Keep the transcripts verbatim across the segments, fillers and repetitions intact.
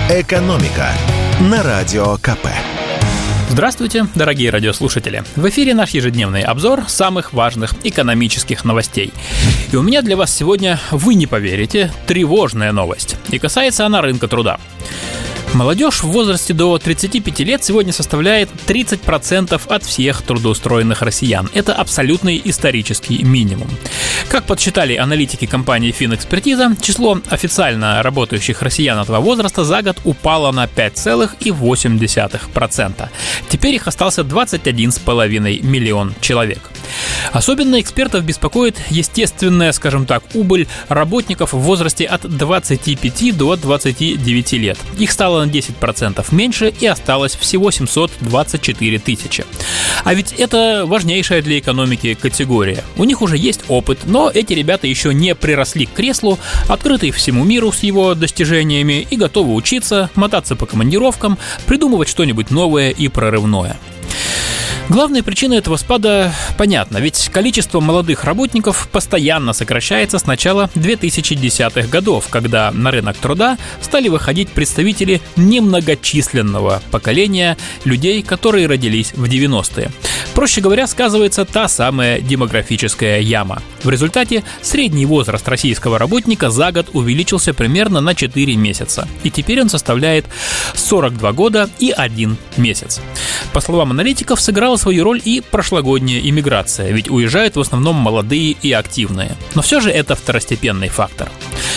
«Экономика» на Радио КП. Здравствуйте, дорогие радиослушатели! В эфире наш ежедневный обзор самых важных экономических новостей. И у меня для вас сегодня, вы не поверите, тревожная новость. И касается она рынка труда. Молодежь в возрасте до тридцати пяти лет сегодня составляет тридцать процентов от всех трудоустроенных россиян. Это абсолютный исторический минимум. Как подсчитали аналитики компании Финэкспертиза, число официально работающих россиян этого возраста за год упало на пять целых восемь десятых процента. Теперь их остался двадцать один целых пять десятых миллиона человек. Особенно экспертов беспокоит естественная, скажем так, убыль работников в возрасте от двадцати пяти до двадцати девяти лет. Их стало на десять процентов меньше и осталось всего семьсот двадцать четыре тысячи. А ведь это важнейшая для экономики категория. У них уже есть опыт, но эти ребята еще не приросли к креслу, открыты всему миру с его достижениями и готовы учиться, мотаться по командировкам, придумывать что-нибудь новое и прорывное. Главная причина этого спада понятна, ведь количество молодых работников постоянно сокращается с начала две тысячи десятых годов, когда на рынок труда стали выходить представители немногочисленного поколения людей, которые родились в девяностые. Проще говоря, сказывается та самая демографическая яма. В результате средний возраст российского работника за год увеличился примерно на четыре месяца, и теперь он составляет сорок два года и один месяц. По словам аналитиков, сыграла свою роль и прошлогодняя иммиграция, ведь уезжают в основном молодые и активные. Но все же это второстепенный фактор.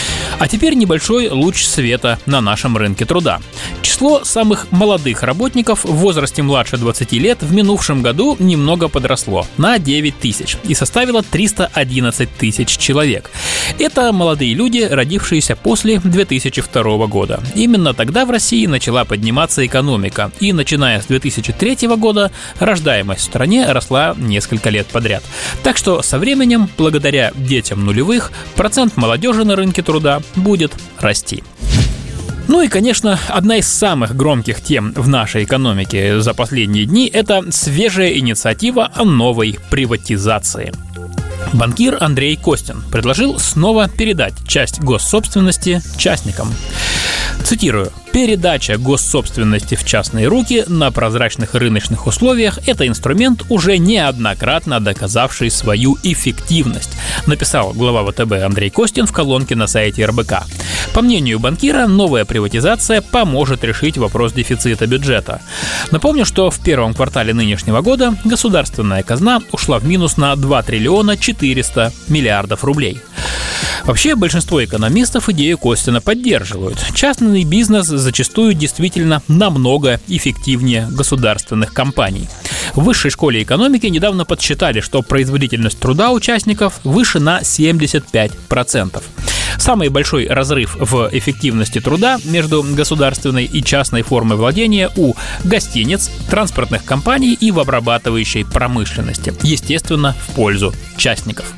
А теперь небольшой луч света на нашем рынке труда. Число самых молодых работников в возрасте младше двадцати лет в минувшем году немного подросло на девять тысяч и составило триста одиннадцать тысяч человек. Это молодые люди, родившиеся после две тысячи второго года. Именно тогда в России начала подниматься экономика, и начиная с две тысячи третьего года рождаемость в стране росла несколько лет подряд. Так что со временем, благодаря детям нулевых, процент молодежи на рынке труда будет расти. Ну и, конечно, одна из самых громких тем в нашей экономике за последние дни – это свежая инициатива о новой приватизации. Банкир Андрей Костин предложил снова передать часть госсобственности частникам. Цитирую. «Передача госсобственности в частные руки на прозрачных рыночных условиях – это инструмент, уже неоднократно доказавший свою эффективность», написал глава ВТБ Андрей Костин в колонке на сайте эр бэ ка. По мнению банкира, новая приватизация поможет решить вопрос дефицита бюджета. Напомню, что в первом квартале нынешнего года государственная казна ушла в минус на два триллиона четыреста миллиардов рублей. Вообще, большинство экономистов идею Костина поддерживают. Частный бизнес зачастую действительно намного эффективнее государственных компаний. В Высшей школе экономики недавно подсчитали, что производительность труда участников выше на семьдесят пять процентов. Самый большой разрыв в эффективности труда между государственной и частной формой владения у гостиниц, транспортных компаний и в обрабатывающей промышленности. Естественно, в пользу частников.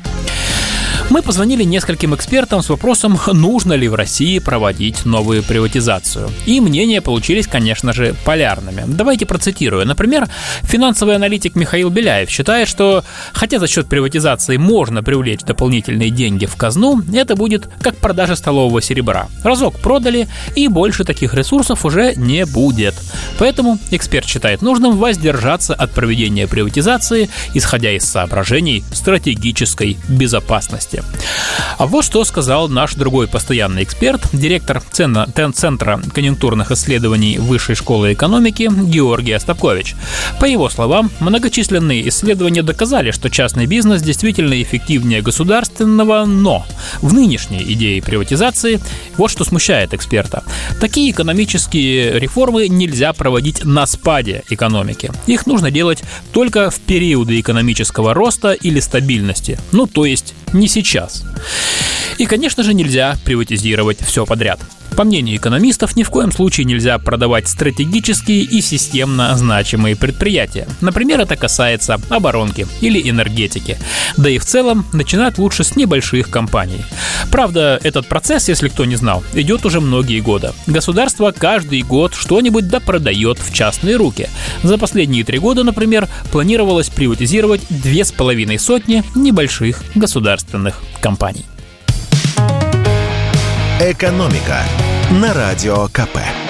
Мы позвонили нескольким экспертам с вопросом, нужно ли в России проводить новую приватизацию. И мнения получились, конечно же, полярными. Давайте процитирую. Например, финансовый аналитик Михаил Беляев считает, что хотя за счет приватизации можно привлечь дополнительные деньги в казну, это будет как продажа столового серебра. Разок продали, и больше таких ресурсов уже не будет. Поэтому эксперт считает нужным воздержаться от проведения приватизации, исходя из соображений стратегической безопасности. А вот что сказал наш другой постоянный эксперт, директор Центра конъюнктурных исследований Высшей школы экономики Георгий Остапкович. По его словам, многочисленные исследования доказали, что частный бизнес действительно эффективнее государственного, но в нынешней идее приватизации вот что смущает эксперта. Такие экономические реформы нельзя проводить на спаде экономики. Их нужно делать только в периоды экономического роста или стабильности, ну то есть не сейчас. И, конечно же, нельзя приватизировать все подряд. По мнению экономистов, ни в коем случае нельзя продавать стратегические и системно значимые предприятия. Например, это касается оборонки или энергетики. Да и в целом начинать лучше с небольших компаний. Правда, этот процесс, если кто не знал, идет уже многие годы. Государство каждый год что-нибудь допродает в частные руки. За последние три года, например, планировалось приватизировать две с половиной сотни небольших государственных компаний. Экономика на Радио КП.